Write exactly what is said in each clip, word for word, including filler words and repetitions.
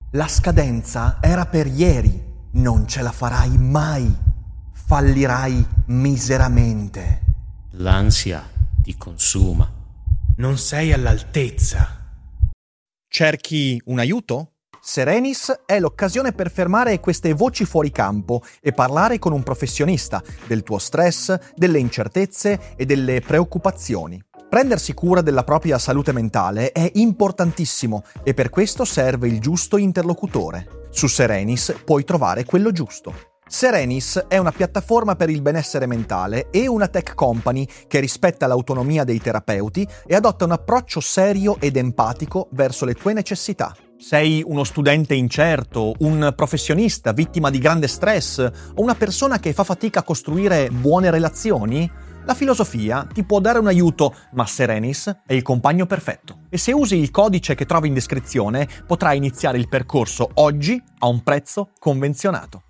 La scadenza era per ieri, non ce la farai mai, fallirai miseramente. L'ansia ti consuma. Non sei all'altezza. Cerchi un aiuto? Serenis è l'occasione per fermare queste voci fuori campo e parlare con un professionista del tuo stress, delle incertezze e delle preoccupazioni. Prendersi cura della propria salute mentale è importantissimo e per questo serve il giusto interlocutore. Su Serenis puoi trovare quello giusto. Serenis è una piattaforma per il benessere mentale e una tech company che rispetta l'autonomia dei terapeuti e adotta un approccio serio ed empatico verso le tue necessità. Sei uno studente incerto, un professionista vittima di grande stress o una persona che fa fatica a costruire buone relazioni? La filosofia ti può dare un aiuto, ma Serenis è il compagno perfetto. E se usi il codice che trovi in descrizione, potrai iniziare il percorso oggi a un prezzo convenzionato.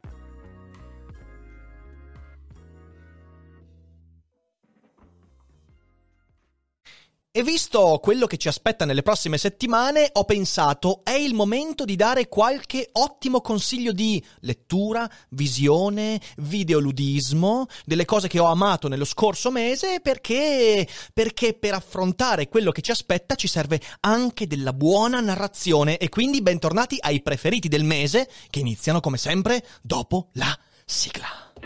E visto quello che ci aspetta nelle prossime settimane, ho pensato è il momento di dare qualche ottimo consiglio di lettura, visione, videoludismo, delle cose che ho amato nello scorso mese, perché perché per affrontare quello che ci aspetta ci serve anche della buona narrazione. E quindi bentornati ai preferiti del mese, che iniziano come sempre dopo la sigla.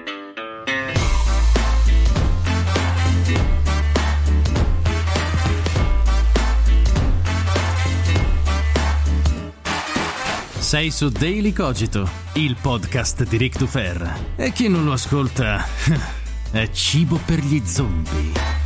Sei su Daily Cogito, il podcast di Rick Dufer. E chi non lo ascolta è cibo per gli zombie.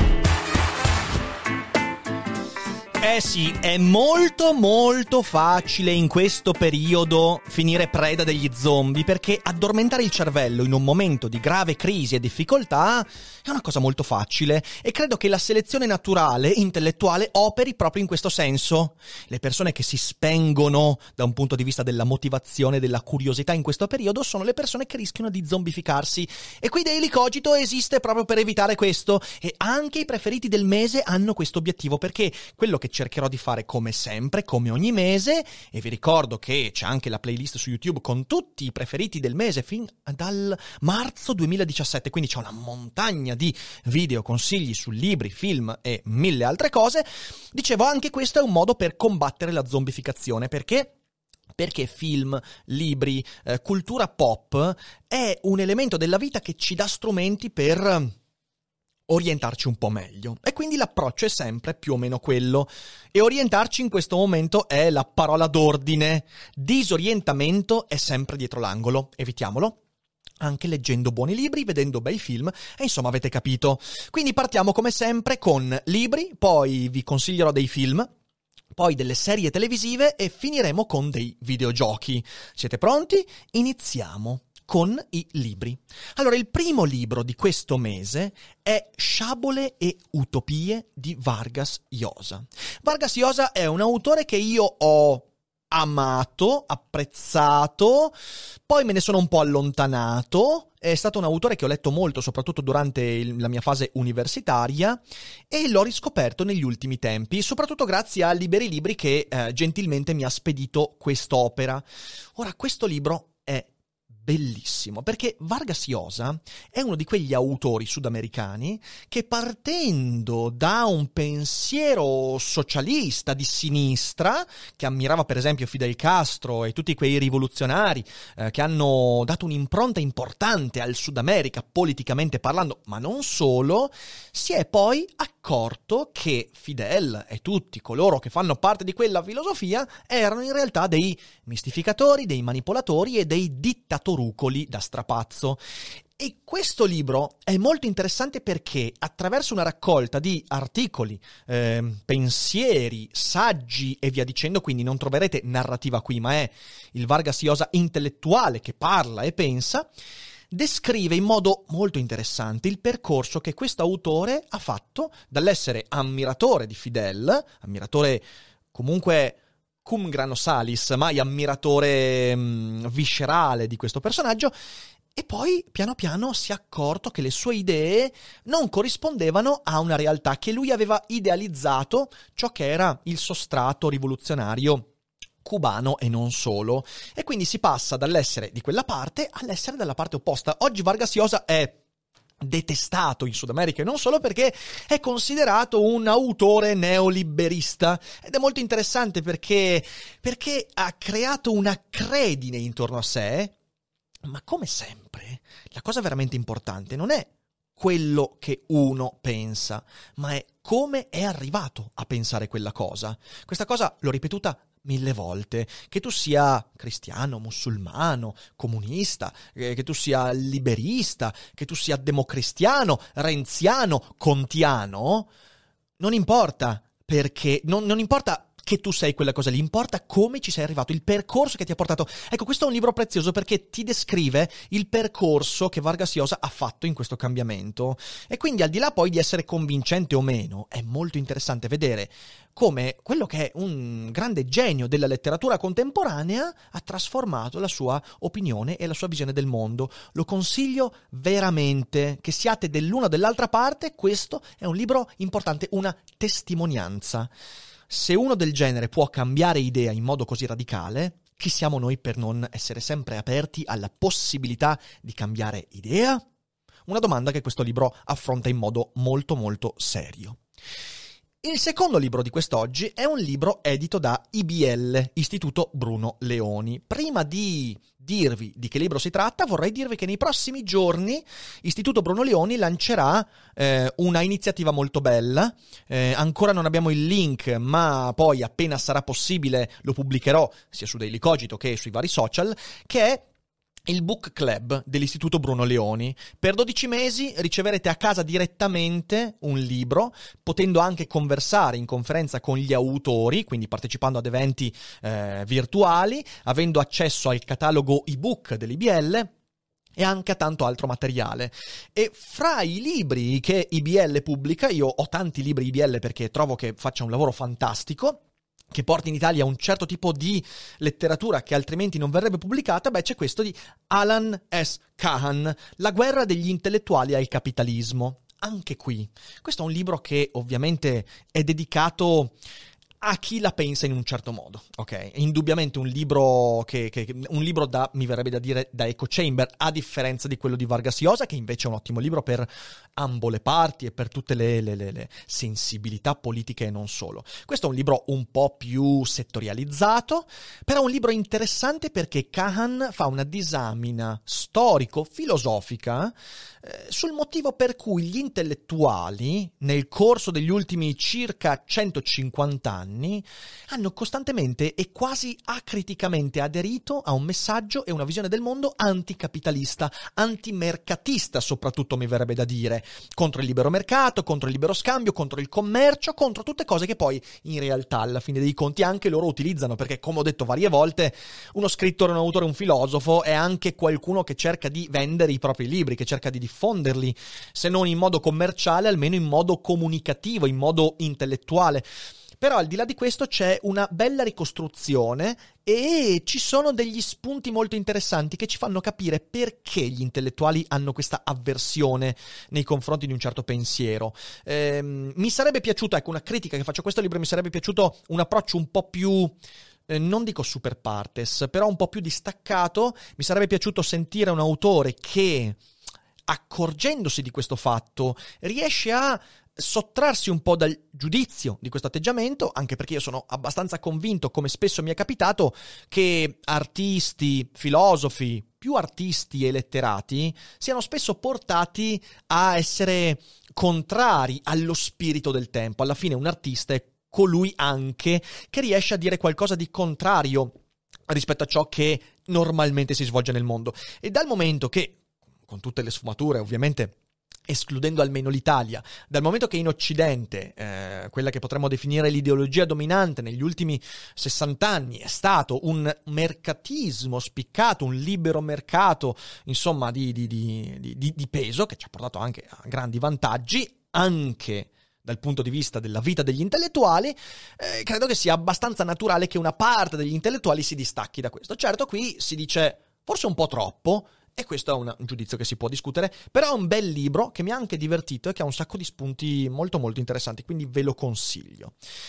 Eh sì, è molto molto facile in questo periodo finire preda degli zombie, perché addormentare il cervello in un momento di grave crisi e difficoltà è una cosa molto facile, e credo che la selezione naturale intellettuale operi proprio in questo senso. Le persone che si spengono da un punto di vista della motivazione e della curiosità in questo periodo sono le persone che rischiano di zombificarsi, e qui Daily Cogito esiste proprio per evitare questo, e anche i preferiti del mese hanno questo obiettivo, perché quello che cercherò di fare come sempre, come ogni mese, e vi ricordo che c'è anche la playlist su YouTube con tutti i preferiti del mese fin dal marzo duemiladiciassette, quindi c'è una montagna di video, consigli su libri, film e mille altre cose. Dicevo, anche questo è un modo per combattere la zombificazione, perché Perché film, libri, eh, cultura pop è un elemento della vita che ci dà strumenti per orientarci un po' meglio, e quindi l'approccio è sempre più o meno quello, e orientarci in questo momento è la parola d'ordine. Disorientamento è sempre dietro l'angolo, evitiamolo, anche leggendo buoni libri, vedendo bei film, e insomma avete capito. Quindi partiamo come sempre con libri, poi vi consiglierò dei film, poi delle serie televisive e finiremo con dei videogiochi. Siete pronti? Iniziamo con i libri. Allora, il primo libro di questo mese è Sciabole e Utopie di Vargas Llosa. Vargas Llosa è un autore che io ho amato, apprezzato, poi me ne sono un po' allontanato. È stato un autore che ho letto molto, soprattutto durante il, la mia fase universitaria, e l'ho riscoperto negli ultimi tempi, soprattutto grazie a Liberi Libri che eh, gentilmente mi ha spedito quest'opera. Ora, questo libro è bellissimo, perché Vargas Llosa è uno di quegli autori sudamericani che, partendo da un pensiero socialista di sinistra, che ammirava per esempio Fidel Castro e tutti quei rivoluzionari eh, che hanno dato un'impronta importante al Sud America politicamente parlando, ma non solo, si è poi accorto che Fidel e tutti coloro che fanno parte di quella filosofia erano in realtà dei mistificatori, dei manipolatori e dei dittatori rucoli da strapazzo. E questo libro è molto interessante perché, attraverso una raccolta di articoli, eh, pensieri, saggi e via dicendo, quindi non troverete narrativa qui, ma è il Vargas Llosa intellettuale che parla e pensa, descrive in modo molto interessante il percorso che questo autore ha fatto dall'essere ammiratore di Fidel, ammiratore comunque cum grano salis, mai ammiratore mh, viscerale di questo personaggio, e poi piano piano si è accorto che le sue idee non corrispondevano a una realtà, che lui aveva idealizzato ciò che era il sostrato rivoluzionario cubano e non solo, e quindi si passa dall'essere di quella parte all'essere dalla parte opposta. Oggi Vargas Llosa è detestato in Sud America e non solo perché è considerato un autore neoliberista, ed è molto interessante perché, perché ha creato un'accredine intorno a sé, ma come sempre la cosa veramente importante non è quello che uno pensa, ma è come è arrivato a pensare quella cosa. Questa cosa l'ho ripetuta mille volte, che tu sia cristiano, musulmano, comunista, eh, che tu sia liberista, che tu sia democristiano, renziano, contiano, non importa perché, non, non importa che tu sei quella cosa lì, importa come ci sei arrivato, il percorso che ti ha portato. Ecco, questo è un libro prezioso perché ti descrive il percorso che Vargas Llosa ha fatto in questo cambiamento, e quindi al di là poi di essere convincente o meno, è molto interessante vedere come quello che è un grande genio della letteratura contemporanea ha trasformato la sua opinione e la sua visione del mondo. Lo consiglio veramente, che siate dell'una o dell'altra parte, questo è un libro importante, una testimonianza. Se uno del genere può cambiare idea in modo così radicale, chi siamo noi per non essere sempre aperti alla possibilità di cambiare idea? Una domanda che questo libro affronta in modo molto molto serio. Il secondo libro di quest'oggi è un libro edito da I B L, Istituto Bruno Leoni. Prima di dirvi di che libro si tratta, vorrei dirvi che nei prossimi giorni Istituto Bruno Leoni lancerà eh, una iniziativa molto bella. Eh, ancora non abbiamo il link, ma poi appena sarà possibile lo pubblicherò sia su Daily Cogito che sui vari social, che è il Book Club dell'Istituto Bruno Leoni. Per dodici mesi riceverete a casa direttamente un libro, potendo anche conversare in conferenza con gli autori, quindi partecipando ad eventi eh, virtuali, avendo accesso al catalogo ebook dell'I B L e anche a tanto altro materiale. E fra i libri che I B L pubblica, io ho tanti libri I B L perché trovo che faccia un lavoro fantastico, che porti in Italia un certo tipo di letteratura che altrimenti non verrebbe pubblicata. Beh, c'è questo di Alan S. Kahan, La guerra degli intellettuali al capitalismo. Anche qui, questo è un libro che ovviamente è dedicato a chi la pensa in un certo modo, ok? È indubbiamente un libro che, che un libro da, mi verrebbe da dire, da echo chamber, a differenza di quello di Vargas Llosa, che invece è un ottimo libro per ambo le parti e per tutte le, le, le, le sensibilità politiche e non solo. Questo è un libro un po' più settorializzato, però è un libro interessante perché Kahan fa una disamina storico-filosofica eh, sul motivo per cui gli intellettuali, nel corso degli ultimi circa centocinquanta anni, hanno costantemente e quasi acriticamente aderito a un messaggio e una visione del mondo anticapitalista, antimercatista soprattutto, mi verrebbe da dire, contro il libero mercato, contro il libero scambio, contro il commercio, contro tutte cose che poi in realtà alla fine dei conti anche loro utilizzano, perché come ho detto varie volte, uno scrittore, un autore, un filosofo è anche qualcuno che cerca di vendere i propri libri, che cerca di diffonderli, se non in modo commerciale, almeno in modo comunicativo, in modo intellettuale. Però al di là di questo c'è una bella ricostruzione e ci sono degli spunti molto interessanti che ci fanno capire perché gli intellettuali hanno questa avversione nei confronti di un certo pensiero. Ehm, mi sarebbe piaciuto, ecco, una critica che faccio a questo libro, mi sarebbe piaciuto un approccio un po' più, eh, non dico super partes, però un po' più distaccato. Mi sarebbe piaciuto sentire un autore che, accorgendosi di questo fatto, riesce a sottrarsi un po' dal giudizio di questo atteggiamento, anche perché io sono abbastanza convinto, come spesso mi è capitato, che artisti, filosofi, più artisti e letterati siano spesso portati a essere contrari allo spirito del tempo. Alla fine un artista è colui anche che riesce a dire qualcosa di contrario rispetto a ciò che normalmente si svolge nel mondo. E dal momento che, con tutte le sfumature ovviamente, escludendo almeno l'Italia, dal momento che in Occidente eh, quella che potremmo definire l'ideologia dominante negli ultimi sessanta anni è stato un mercatismo spiccato, un libero mercato, insomma, di, di, di, di, di peso, che ci ha portato anche a grandi vantaggi, anche dal punto di vista della vita degli intellettuali, eh, credo che sia abbastanza naturale che una parte degli intellettuali si distacchi da questo. Certo, qui si dice forse un po' troppo, e questo è un giudizio che si può discutere, però è un bel libro che mi ha anche divertito e che ha un sacco di spunti molto molto interessanti, quindi ve lo consiglio.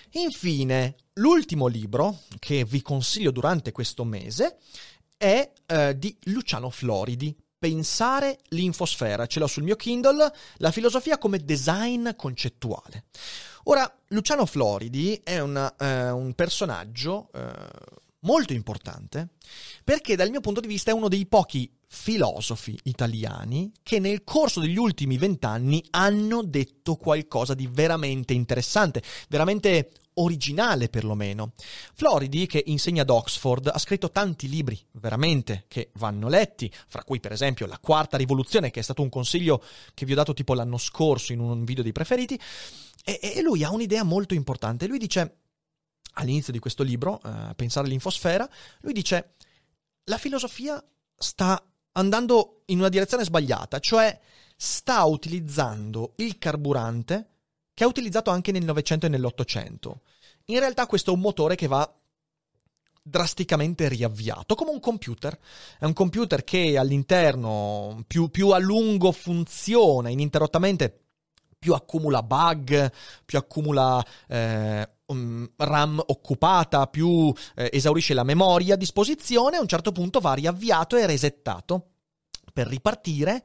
Infine, l'ultimo libro che vi consiglio durante questo mese è eh, di Luciano Floridi, Pensare l'infosfera. Ce l'ho sul mio Kindle, la filosofia come design concettuale. Ora, Luciano Floridi è una, eh, un personaggio eh, molto importante perché dal mio punto di vista è uno dei pochi filosofi italiani che nel corso degli ultimi vent'anni hanno detto qualcosa di veramente interessante, veramente originale perlomeno. Floridi, che insegna ad Oxford, ha scritto tanti libri veramente che vanno letti, fra cui per esempio La Quarta Rivoluzione, che è stato un consiglio che vi ho dato tipo l'anno scorso in un video dei preferiti, e, e lui ha un'idea molto importante. Lui dice, all'inizio di questo libro, uh, Pensare l'infosfera, lui dice la filosofia sta andando in una direzione sbagliata, cioè sta utilizzando il carburante che ha utilizzato anche nel Novecento e nell'Ottocento. In realtà questo è un motore che va drasticamente riavviato, come un computer. È un computer che all'interno più, più a lungo funziona ininterrottamente, più accumula bug, più accumula eh, um, RAM occupata, più eh, esaurisce la memoria a disposizione, a un certo punto va riavviato e resettato per ripartire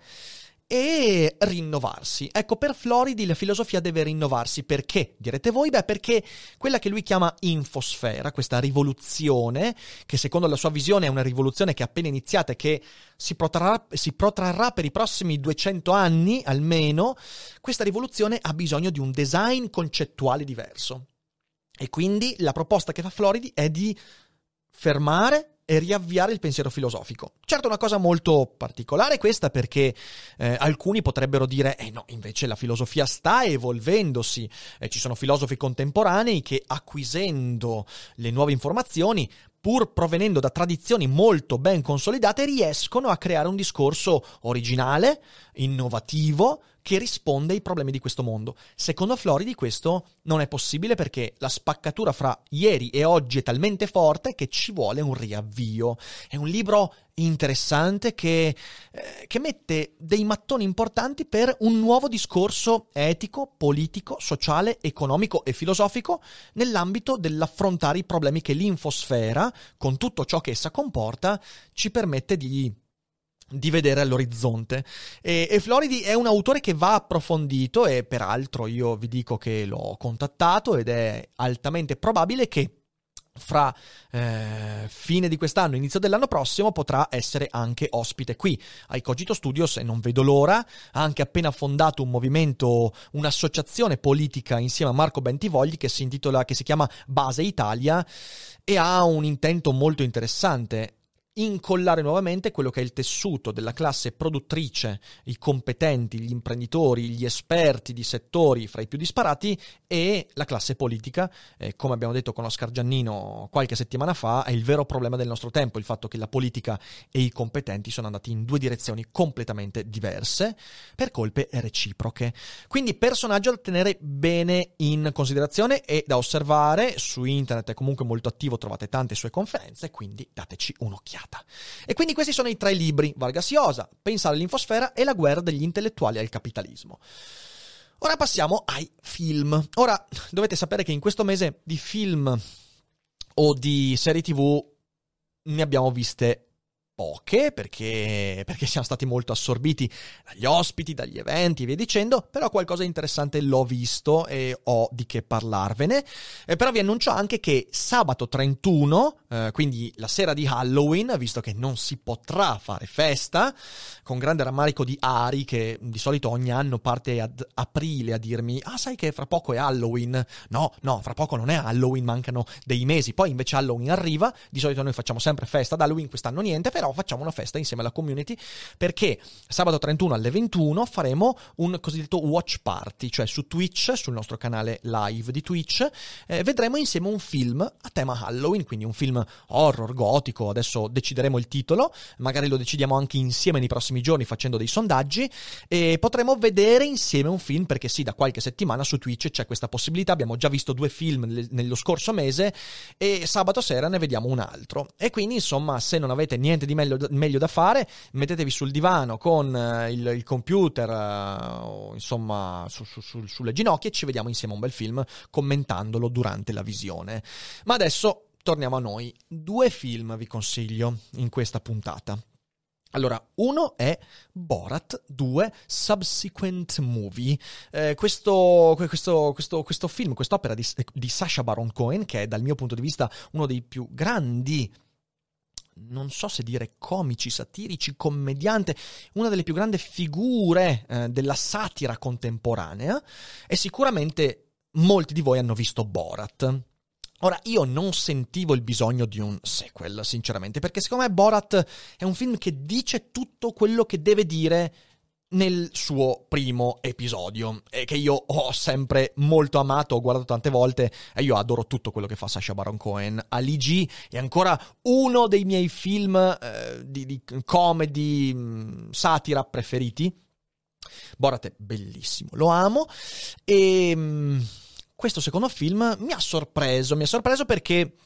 e rinnovarsi. Ecco, per Floridi la filosofia deve rinnovarsi. Perché? Direte voi? Beh, perché quella che lui chiama infosfera, questa rivoluzione, che secondo la sua visione è una rivoluzione che è appena iniziata e che si protrarrà, si protrarrà per i prossimi duecento anni almeno, questa rivoluzione ha bisogno di un design concettuale diverso. E quindi la proposta che fa Floridi è di fermare e riavviare il pensiero filosofico. Certo, una cosa molto particolare questa, perché eh, alcuni potrebbero dire eh no, invece la filosofia sta evolvendosi, eh, ci sono filosofi contemporanei che, acquisendo le nuove informazioni, pur provenendo da tradizioni molto ben consolidate, riescono a creare un discorso originale, innovativo, che risponde ai problemi di questo mondo. Secondo Floridi questo non è possibile perché la spaccatura fra ieri e oggi è talmente forte che ci vuole un riavvio. È un libro interessante che, eh, che mette dei mattoni importanti per un nuovo discorso etico, politico, sociale, economico e filosofico nell'ambito dell'affrontare i problemi che l'infosfera, con tutto ciò che essa comporta, ci permette di di vedere all'orizzonte. E, e Floridi è un autore che va approfondito e peraltro io vi dico che l'ho contattato ed è altamente probabile che fra eh, fine di quest'anno e inizio dell'anno prossimo potrà essere anche ospite qui ai Cogito Studios, e non vedo l'ora. Ha anche appena fondato un movimento, un'associazione politica insieme a Marco Bentivogli che si intitola, che si chiama Base Italia, e ha un intento molto interessante: incollare nuovamente quello che è il tessuto della classe produttrice, i competenti, gli imprenditori, gli esperti di settori fra i più disparati, e la classe politica. Eh, come abbiamo detto con Oscar Giannino qualche settimana fa, è il vero problema del nostro tempo, il fatto che la politica e i competenti sono andati in due direzioni completamente diverse per colpe reciproche. Quindi personaggio da tenere bene in considerazione e da osservare. Su internet è comunque molto attivo, trovate tante sue conferenze, quindi dateci un'occhiata. E quindi questi sono i tre libri: Vargas Llosa, Pensare l'infosfera e La guerra degli intellettuali al capitalismo. Ora passiamo ai film. Ora, dovete sapere che in questo mese di film o di serie tivù ne abbiamo viste poche, perché, perché siamo stati molto assorbiti dagli ospiti, dagli eventi e via dicendo, però qualcosa di interessante l'ho visto e ho di che parlarvene. Eh, però vi annuncio anche che sabato trentuno, eh, quindi la sera di Halloween, visto che non si potrà fare festa, con grande rammarico di Ari, che di solito ogni anno parte ad aprile a dirmi ah sai che fra poco è Halloween. No, no, fra poco non è Halloween, mancano dei mesi, poi invece Halloween arriva. Di solito noi facciamo sempre festa ad Halloween, quest'anno niente, però facciamo una festa insieme alla community, perché sabato trentuno alle ventuno faremo un cosiddetto watch party, cioè su Twitch, sul nostro canale live di Twitch, eh, vedremo insieme un film a tema Halloween, quindi un film horror, gotico. Adesso decideremo il titolo, magari lo decidiamo anche insieme nei prossimi giorni facendo dei sondaggi, e potremo vedere insieme un film, perché sì, da qualche settimana su Twitch c'è questa possibilità. Abbiamo già visto due film nello scorso mese e sabato sera ne vediamo un altro, e quindi insomma, se non avete niente di di meglio, meglio da fare, mettetevi sul divano con uh, il, il computer, uh, insomma, su, su, su, sulle ginocchia e ci vediamo insieme a un bel film commentandolo durante la visione. Ma adesso torniamo a noi. Due film vi consiglio in questa puntata. Allora, uno è Borat, due Subsequent Movie. Eh, questo, questo, questo, questo film, quest'opera di, di Sacha Baron Cohen, che è dal mio punto di vista uno dei più grandi, non so se dire comici, satirici, commediante, una delle più grandi figure eh, della satira contemporanea, e sicuramente molti di voi hanno visto Borat. Ora, io non sentivo il bisogno di un sequel, sinceramente, perché secondo me Borat è un film che dice tutto quello che deve dire nel suo primo episodio, e che io ho sempre molto amato, ho guardato tante volte, e io adoro tutto quello che fa Sacha Baron Cohen. Ali G è ancora uno dei miei film eh, di, di comedy, mh, satira preferiti. Borat è bellissimo, lo amo, e... Mh, questo secondo film mi ha sorpreso, mi ha sorpreso perché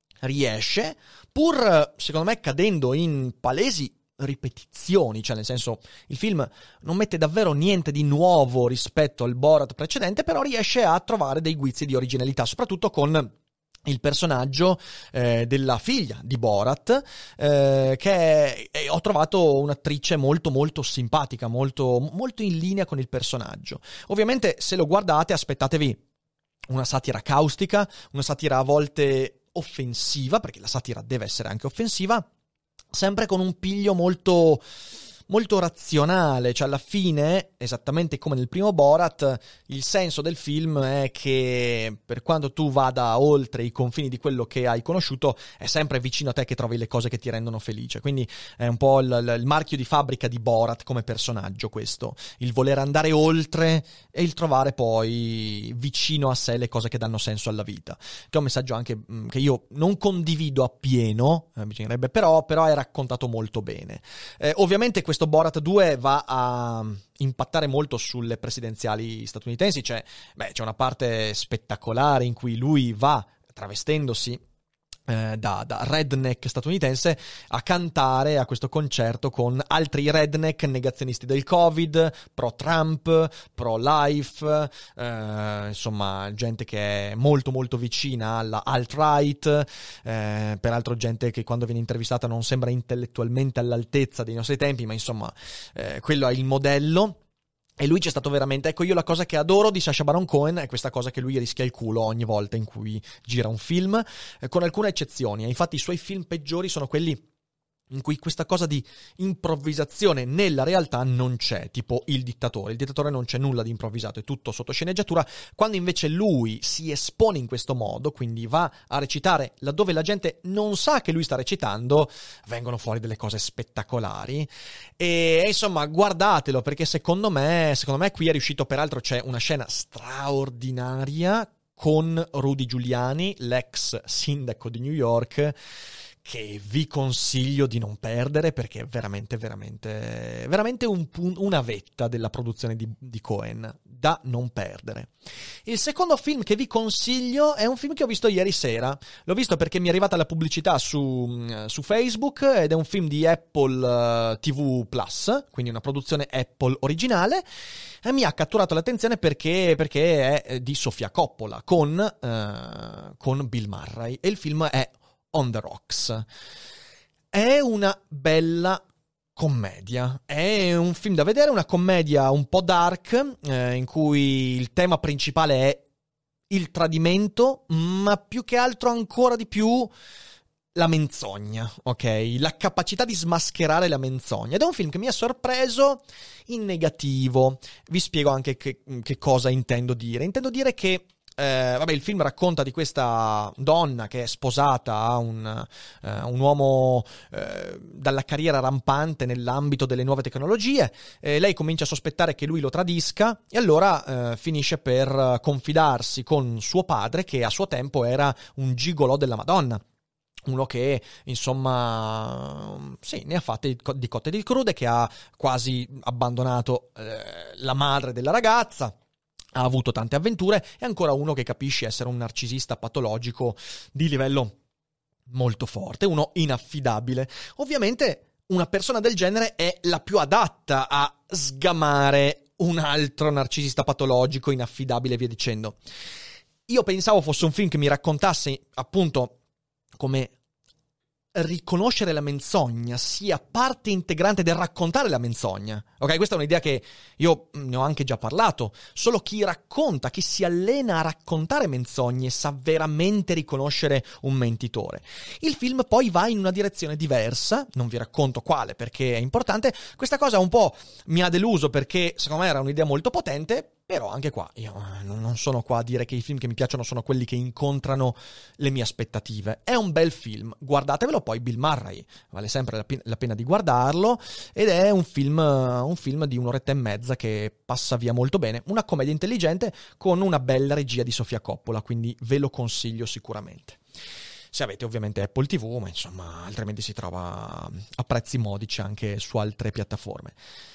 riesce, pur secondo me cadendo in palesi ripetizioni, cioè nel senso il film non mette davvero niente di nuovo rispetto al Borat precedente, però riesce a trovare dei guizzi di originalità, soprattutto con il personaggio eh, della figlia di Borat, eh, che è, ho trovato un'attrice molto molto simpatica, molto, molto in linea con il personaggio. Ovviamente se lo guardate aspettatevi una satira caustica, una satira a volte offensiva, perché la satira deve essere anche offensiva, sempre con un piglio molto, molto razionale, cioè alla fine, esattamente come nel primo Borat, il senso del film è che per quanto tu vada oltre i confini di quello che hai conosciuto, è sempre vicino a te che trovi le cose che ti rendono felice. Quindi è un po' il, il marchio di fabbrica di Borat come personaggio, questo, il voler andare oltre e il trovare poi vicino a sé le cose che danno senso alla vita, che è un messaggio anche mh, che io non condivido appieno, eh, bisognerebbe, però, però è raccontato molto bene. Eh, ovviamente questo Borat due va a impattare molto sulle presidenziali statunitensi, cioè, beh, c'è una parte spettacolare in cui lui va travestendosi eh, da, da redneck statunitense a cantare a questo concerto con altri redneck negazionisti del Covid, pro Trump, pro life, eh, insomma gente che è molto molto vicina alla alt-right, eh, peraltro gente che quando viene intervistata non sembra intellettualmente all'altezza dei nostri tempi, ma insomma eh, quello è il modello. E lui c'è stato veramente, ecco, io la cosa che adoro di Sacha Baron Cohen è questa cosa che lui rischia il culo ogni volta in cui gira un film, eh, con alcune eccezioni. Infatti i suoi film peggiori sono quelli in cui questa cosa di improvvisazione nella realtà non c'è, tipo Il dittatore. Il dittatore non c'è nulla di improvvisato, è tutto sotto sceneggiatura, quando invece lui si espone in questo modo, quindi va a recitare laddove la gente non sa che lui sta recitando, vengono fuori delle cose spettacolari. E insomma, guardatelo, perché secondo me, secondo me qui è riuscito. Peraltro c'è una scena straordinaria con Rudy Giuliani, l'ex sindaco di New York, che vi consiglio di non perdere, perché è veramente, veramente, veramente un pun- una vetta della produzione di, di Cohen, da non perdere. Il secondo film che vi consiglio è un film che ho visto ieri sera. L'ho visto perché mi è arrivata la pubblicità su, su Facebook, ed è un film di Apple uh, ti vu Plus, quindi una produzione Apple originale, e mi ha catturato l'attenzione perché, perché è di Sofia Coppola con, uh, con Bill Murray, e il film è On the Rocks. È una bella commedia, è un film da vedere, una commedia un po' dark, eh, in cui il tema principale è il tradimento, ma più che altro, ancora di più, la menzogna, ok? La capacità di smascherare la menzogna. Ed è un film che mi ha sorpreso in negativo. Vi spiego anche che, che cosa intendo dire. Intendo dire che Eh, vabbè, il film racconta di questa donna che è sposata a un, eh, un uomo eh, dalla carriera rampante nell'ambito delle nuove tecnologie. Eh, lei comincia a sospettare che lui lo tradisca, e allora eh, finisce per confidarsi con suo padre, che a suo tempo era un gigolò della Madonna. Uno che, insomma, sì, ne ha fatte di cotte e di crude, che ha quasi abbandonato eh, la madre della ragazza, ha avuto tante avventure, e ancora uno che capisce essere un narcisista patologico di livello molto forte, uno inaffidabile. Ovviamente una persona del genere è la più adatta a sgamare un altro narcisista patologico, inaffidabile e via dicendo. Io pensavo fosse un film che mi raccontasse appunto come riconoscere la menzogna sia parte integrante del raccontare la menzogna. Ok, questa è un'idea che io ne ho anche già parlato. Solo chi racconta, chi si allena a raccontare menzogne sa veramente riconoscere un mentitore. Il film poi va in una direzione diversa, non vi racconto quale perché è importante. Questa cosa un po' mi ha deluso perché secondo me era un'idea molto potente. Però anche qua, io non sono qua a dire che i film che mi piacciono sono quelli che incontrano le mie aspettative. È un bel film, guardatevelo poi, Bill Murray, vale sempre la, pe- la pena di guardarlo, ed è un film, un film di un'oretta e mezza che passa via molto bene, una commedia intelligente con una bella regia di Sofia Coppola, quindi ve lo consiglio sicuramente. Se avete ovviamente Apple tivù, ma insomma, altrimenti si trova a prezzi modici anche su altre piattaforme.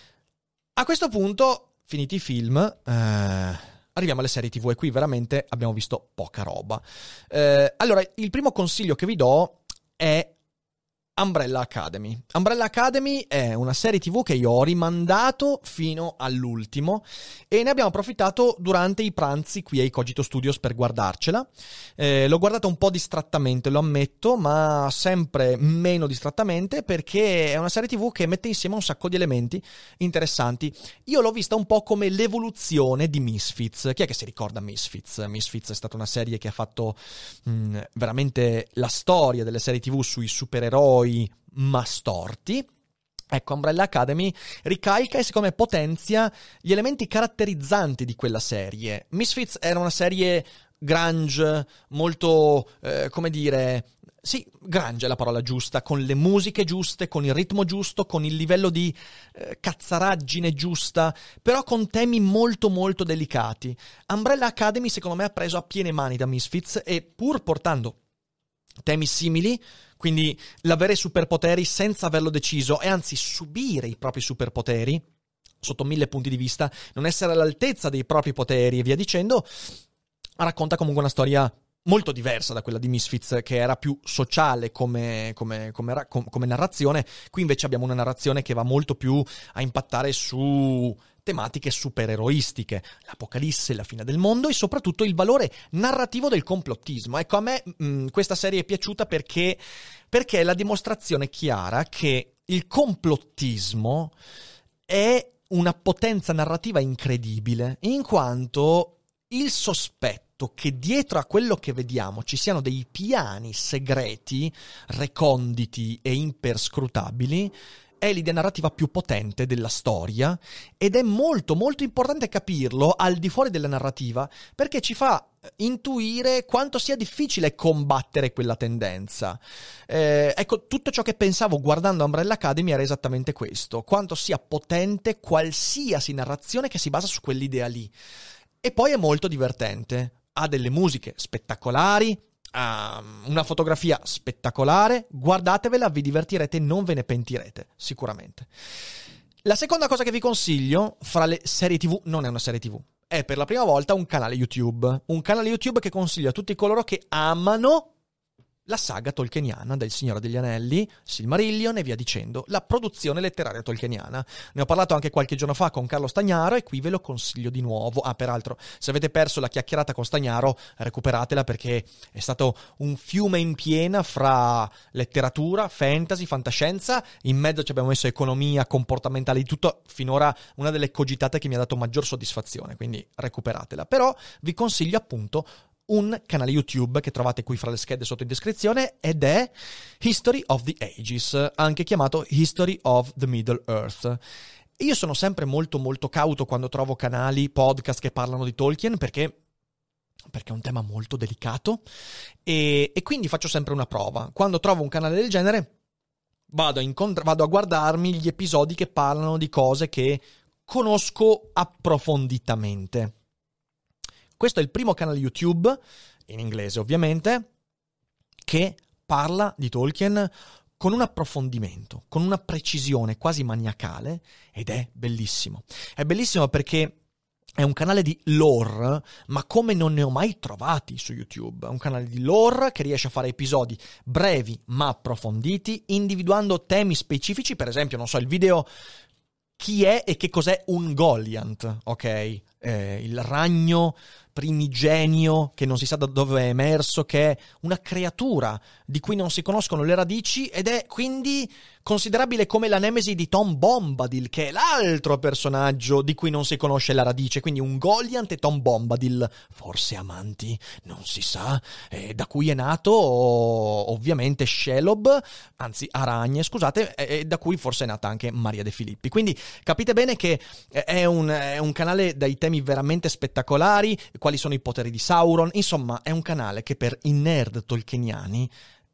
A questo punto... Finiti i film, eh, arriviamo alle serie tivù e qui veramente abbiamo visto poca roba. Eh, allora, il primo consiglio che vi do è Umbrella Academy. Umbrella Academy è una serie tivù che io ho rimandato fino all'ultimo e ne abbiamo approfittato durante i pranzi qui ai Cogito Studios per guardarcela. Eh, l'ho guardata un po' distrattamente, lo ammetto, ma sempre meno distrattamente perché è una serie tivù che mette insieme un sacco di elementi interessanti. Io l'ho vista un po' come l'evoluzione di Misfits. Chi è che si ricorda Misfits? Misfits è stata una serie che ha fatto mh, veramente la storia delle serie tivù sui supereroi ma storti. Ecco, Umbrella Academy ricalca e secondo me potenzia gli elementi caratterizzanti di quella serie. Misfits era una serie grunge, molto, eh, come dire... Sì, grunge è la parola giusta, con le musiche giuste, con il ritmo giusto, con il livello di eh, cazzaraggine giusta, però con temi molto molto delicati. Umbrella Academy secondo me ha preso a piene mani da Misfits e pur portando temi simili, quindi l'avere superpoteri senza averlo deciso e anzi subire i propri superpoteri sotto mille punti di vista, non essere all'altezza dei propri poteri e via dicendo, racconta comunque una storia molto diversa da quella di Misfits, che era più sociale come, come, come, come narrazione. Qui invece abbiamo una narrazione che va molto più a impattare su tematiche supereroistiche, l'apocalisse, la fine del mondo e soprattutto il valore narrativo del complottismo. Ecco, a me mh, questa serie è piaciuta perché, perché è la dimostrazione chiara che il complottismo è una potenza narrativa incredibile, in quanto il sospetto che dietro a quello che vediamo ci siano dei piani segreti, reconditi e imperscrutabili è l'idea narrativa più potente della storia ed è molto molto importante capirlo al di fuori della narrativa perché ci fa intuire quanto sia difficile combattere quella tendenza. Eh, ecco, tutto ciò che pensavo guardando Umbrella Academy era esattamente questo, quanto sia potente qualsiasi narrazione che si basa su quell'idea lì. E poi è molto divertente, ha delle musiche spettacolari, ha una fotografia spettacolare, guardatevela, vi divertirete, non ve ne pentirete, sicuramente. La seconda cosa che vi consiglio, fra le serie tivù, non è una serie tivù, è per la prima volta un canale YouTube, un canale YouTube che consiglio a tutti coloro che amano la saga tolkieniana del Signore degli Anelli, Silmarillion e via dicendo, la produzione letteraria tolkieniana. Ne ho parlato anche qualche giorno fa con Carlo Stagnaro e qui ve lo consiglio di nuovo. Ah, peraltro, se avete perso la chiacchierata con Stagnaro, recuperatela perché è stato un fiume in piena fra letteratura, fantasy, fantascienza, in mezzo ci abbiamo messo economia, comportamentale, di tutto, finora una delle cogitate che mi ha dato maggior soddisfazione, quindi recuperatela. Però vi consiglio appunto un canale YouTube che trovate qui fra le schede sotto in descrizione ed è History of the Ages, anche chiamato History of the Middle Earth. Io sono sempre molto molto cauto quando trovo canali, podcast che parlano di Tolkien perché perché è un tema molto delicato e, e quindi faccio sempre una prova. Quando trovo un canale del genere vado a, incontra- vado a guardarmi gli episodi che parlano di cose che conosco approfonditamente. Questo è il primo canale YouTube, in inglese ovviamente, che parla di Tolkien con un approfondimento, con una precisione quasi maniacale ed è bellissimo. È bellissimo perché è un canale di lore, ma come non ne ho mai trovati su YouTube. È un canale di lore che riesce a fare episodi brevi ma approfonditi, individuando temi specifici. Per esempio, non so, il video chi è e che cos'è un Goliant, ok? Eh, il ragno primigenio che non si sa da dove è emerso, che è una creatura di cui non si conoscono le radici ed è quindi considerabile come la nemesi di Tom Bombadil, che è l'altro personaggio di cui non si conosce la radice. Quindi un Goliant e Tom Bombadil, forse amanti, non si sa, eh, da cui è nato ovviamente Shelob, anzi Aragne, scusate, e da cui forse è nata anche Maria De Filippi. Quindi capite bene che è un, è un canale dai temi veramente spettacolari, quali sono i poteri di Sauron. Insomma, è un canale che per i nerd tolkieniani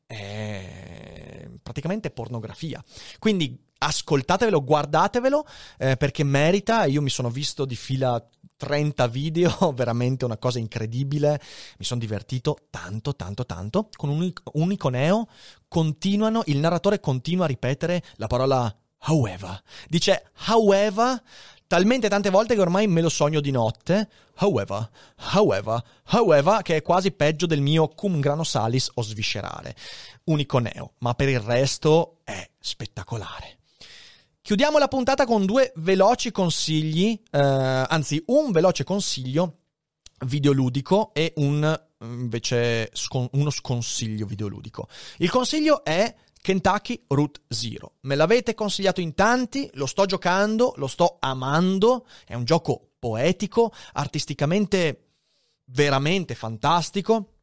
è praticamente pornografia. Quindi ascoltatevelo, guardatevelo, eh, perché merita. Io mi sono visto di fila trenta video, veramente una cosa incredibile. Mi sono divertito tanto, tanto, tanto. Con un unico, unico neo, continuano, il narratore continua a ripetere la parola however. Dice however talmente tante volte che ormai me lo sogno di notte. However, however, however, che è quasi peggio del mio cum grano salis o sviscerare. Unico neo, ma per il resto è spettacolare. Chiudiamo la puntata con due veloci consigli, eh, anzi un veloce consiglio videoludico e un invece scon- uno sconsiglio videoludico. Il consiglio è Kentucky Route Zero. Me l'avete consigliato in tanti, lo sto giocando, lo sto amando, è un gioco poetico, artisticamente veramente fantastico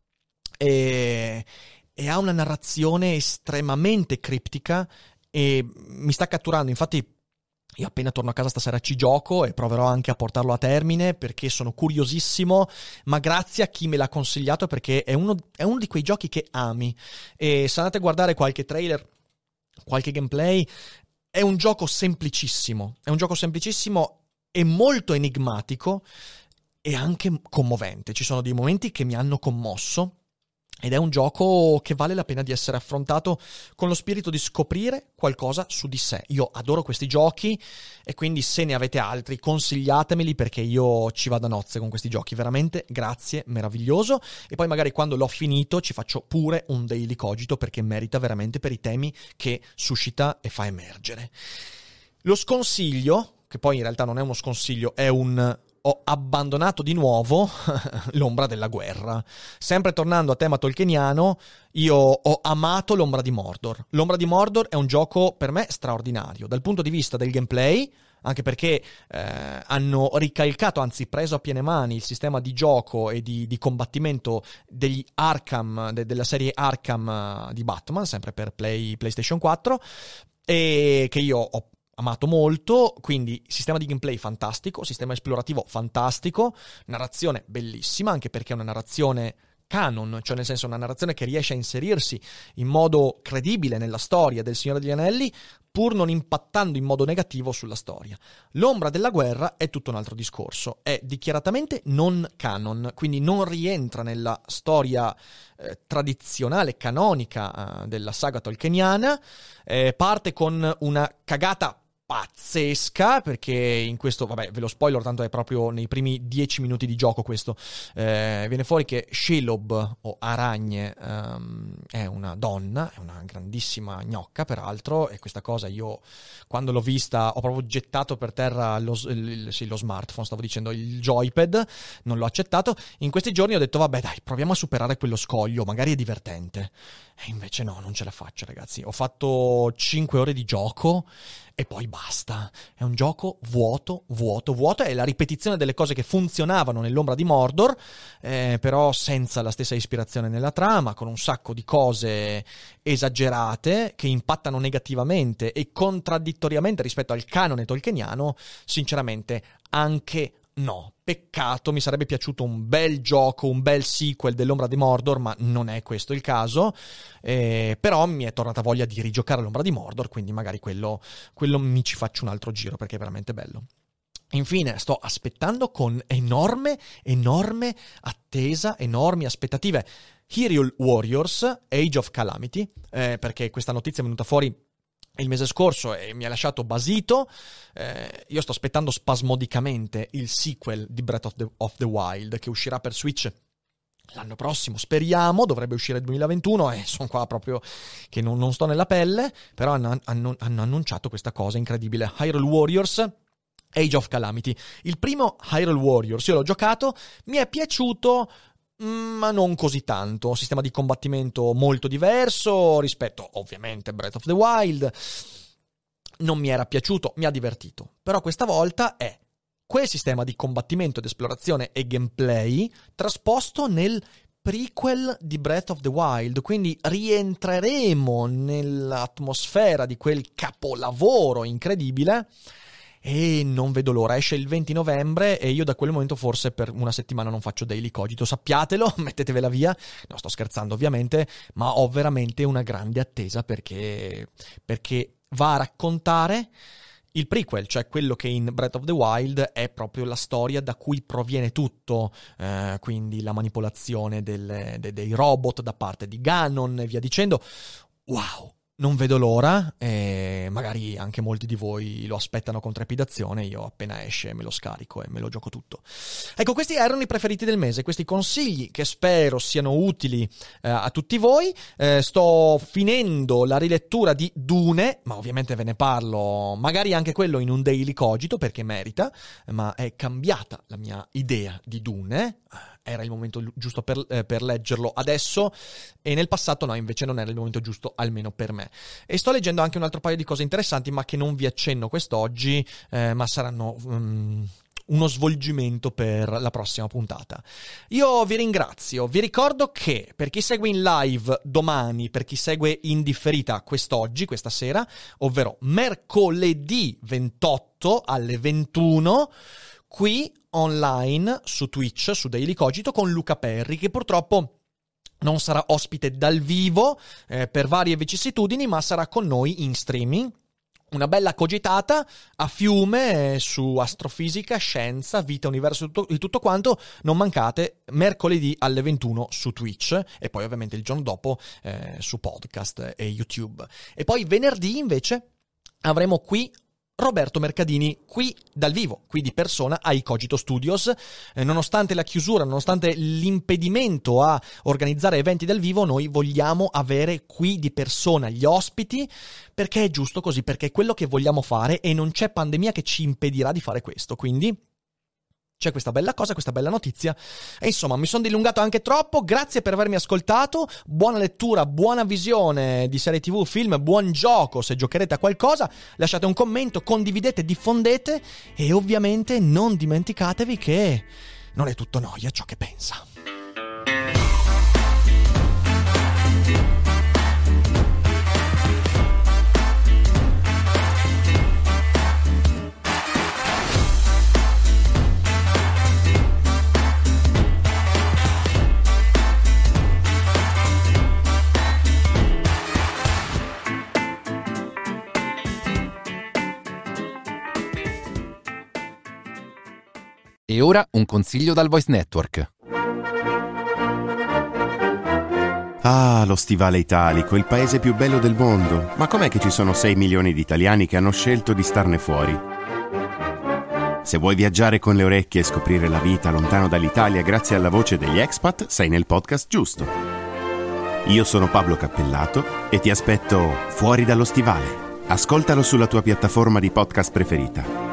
e, e ha una narrazione estremamente criptica e mi sta catturando. Infatti io appena torno a casa stasera ci gioco e proverò anche a portarlo a termine perché sono curiosissimo, ma grazie a chi me l'ha consigliato, perché è uno, è uno di quei giochi che ami. E se andate a guardare qualche trailer, qualche gameplay, è un gioco semplicissimo, è un gioco semplicissimo e molto enigmatico e anche commovente. Ci sono dei momenti che mi hanno commosso. Ed è un gioco che vale la pena di essere affrontato con lo spirito di scoprire qualcosa su di sé. Io adoro questi giochi e quindi se ne avete altri consigliatemeli, perché io ci vado a nozze con questi giochi. Veramente grazie, meraviglioso. E poi magari quando l'ho finito ci faccio pure un daily cogito, perché merita veramente per i temi che suscita e fa emergere. Lo sconsiglio, che poi in realtà non è uno sconsiglio, è un... ho abbandonato di nuovo l'Ombra della Guerra. Sempre tornando a tema tolkieniano, io ho amato l'Ombra di Mordor. L'Ombra di Mordor è un gioco per me straordinario dal punto di vista del gameplay, anche perché eh, hanno ricalcato, anzi preso a piene mani il sistema di gioco e di, di combattimento degli Arkham, de, della serie Arkham di Batman, sempre per Play, PlayStation quattro, e che io ho amato molto. Quindi sistema di gameplay fantastico, sistema esplorativo fantastico, narrazione bellissima, anche perché è una narrazione canon, cioè nel senso una narrazione che riesce a inserirsi in modo credibile nella storia del Signore degli Anelli, pur non impattando in modo negativo sulla storia. L'Ombra della Guerra è tutto un altro discorso, è dichiaratamente non canon, quindi non rientra nella storia eh, tradizionale, canonica eh, della saga tolkieniana, eh, parte con una cagata pazzesca, perché in questo, vabbè, ve lo spoiler, tanto è proprio nei primi dieci minuti di gioco questo, eh, viene fuori che Shelob o Aragne um, è una donna, è una grandissima gnocca peraltro, e questa cosa io quando l'ho vista ho proprio gettato per terra lo, il, sì, lo smartphone, stavo dicendo il joypad, non l'ho accettato. In questi giorni ho detto vabbè dai, proviamo a superare quello scoglio, magari è divertente, e invece no, non ce la faccio ragazzi. Ho fatto cinque ore di gioco e poi basta. È un gioco vuoto, vuoto, vuoto. È la ripetizione delle cose che funzionavano nell'Ombra di Mordor, eh, però senza la stessa ispirazione nella trama, con un sacco di cose esagerate che impattano negativamente e contraddittoriamente rispetto al canone tolkieniano. Sinceramente, anche no. Peccato, mi sarebbe piaciuto un bel gioco, un bel sequel dell'Ombra di Mordor, ma non è questo il caso. Eh, però mi è tornata voglia di rigiocare l'Ombra di Mordor, quindi magari quello, quello mi ci faccio un altro giro, perché è veramente bello. Infine, sto aspettando con enorme, enorme attesa, enormi aspettative Hyrule Warriors Age of Calamity, eh, perché questa notizia è venuta fuori il mese scorso e mi ha lasciato basito. Eh, io sto aspettando spasmodicamente il sequel di Breath of the, of the Wild, che uscirà per Switch l'anno prossimo, speriamo. Dovrebbe uscire il duemilaventuno e sono qua proprio che non, non sto nella pelle, però hanno, hanno, hanno annunciato questa cosa incredibile: Hyrule Warriors Age of Calamity. Il primo Hyrule Warriors io l'ho giocato, mi è piaciuto, ma non così tanto. Sistema di combattimento molto diverso rispetto ovviamente a Breath of the Wild. Non mi era piaciuto, mi ha divertito, però questa volta è quel sistema di combattimento, di esplorazione e gameplay trasposto nel prequel di Breath of the Wild, quindi rientreremo nell'atmosfera di quel capolavoro incredibile e non vedo l'ora. Esce il venti novembre e io da quel momento forse per una settimana non faccio Daily Cogito, sappiatelo, mettetevela via. No, sto scherzando ovviamente, ma ho veramente una grande attesa perché perché va a raccontare il prequel, cioè quello che in Breath of the Wild è proprio la storia da cui proviene tutto, eh, quindi la manipolazione del, de, dei robot da parte di Ganon e via dicendo. Wow, non vedo l'ora, e magari anche molti di voi lo aspettano con trepidazione. Io appena esce me lo scarico e me lo gioco tutto. Ecco, questi erano i preferiti del mese, questi consigli che spero siano utili eh, a tutti voi. Eh, sto finendo la rilettura di Dune, ma ovviamente ve ne parlo magari anche quello in un Daily Cogito perché merita, ma è cambiata la mia idea di Dune. Era il momento giusto per, eh, per leggerlo adesso, e nel passato no, invece non era il momento giusto, almeno per me. E sto leggendo anche un altro paio di cose interessanti, ma che non vi accenno quest'oggi, eh, ma saranno um, uno svolgimento per la prossima puntata. Io vi ringrazio, vi ricordo che per chi segue in live domani, per chi segue in differita quest'oggi, questa sera, ovvero mercoledì ventotto alle ventuno, qui online su Twitch, su Daily Cogito, con Luca Perri, che purtroppo non sarà ospite dal vivo eh, per varie vicissitudini, ma sarà con noi in streaming. Una bella cogitata a fiume eh, su astrofisica, scienza, vita, universo e tutto, tutto quanto. Non mancate, mercoledì alle ventuno su Twitch e poi ovviamente il giorno dopo eh, su podcast e YouTube. E poi venerdì invece avremo qui Roberto Mercadini, qui dal vivo, qui di persona ai Cogito Studios. Eh, nonostante la chiusura, nonostante l'impedimento a organizzare eventi dal vivo, noi vogliamo avere qui di persona gli ospiti, perché è giusto così, perché è quello che vogliamo fare e non c'è pandemia che ci impedirà di fare questo. Quindi c'è questa bella cosa, questa bella notizia. E insomma, mi sono dilungato anche troppo. Grazie per avermi ascoltato. Buona lettura, buona visione di serie tivù, film, buon gioco se giocherete a qualcosa. Lasciate un commento, condividete, diffondete e ovviamente non dimenticatevi che non è tutto noia ciò che pensa. E ora un consiglio dal Voice Network. Ah, lo Stivale Italico, il paese più bello del mondo. Ma com'è che ci sono sei milioni di italiani che hanno scelto di starne fuori? Se vuoi viaggiare con le orecchie e scoprire la vita lontano dall'Italia grazie alla voce degli expat, sei nel podcast giusto. Io sono Pablo Cappellato e ti aspetto fuori dallo Stivale. Ascoltalo sulla tua piattaforma di podcast preferita.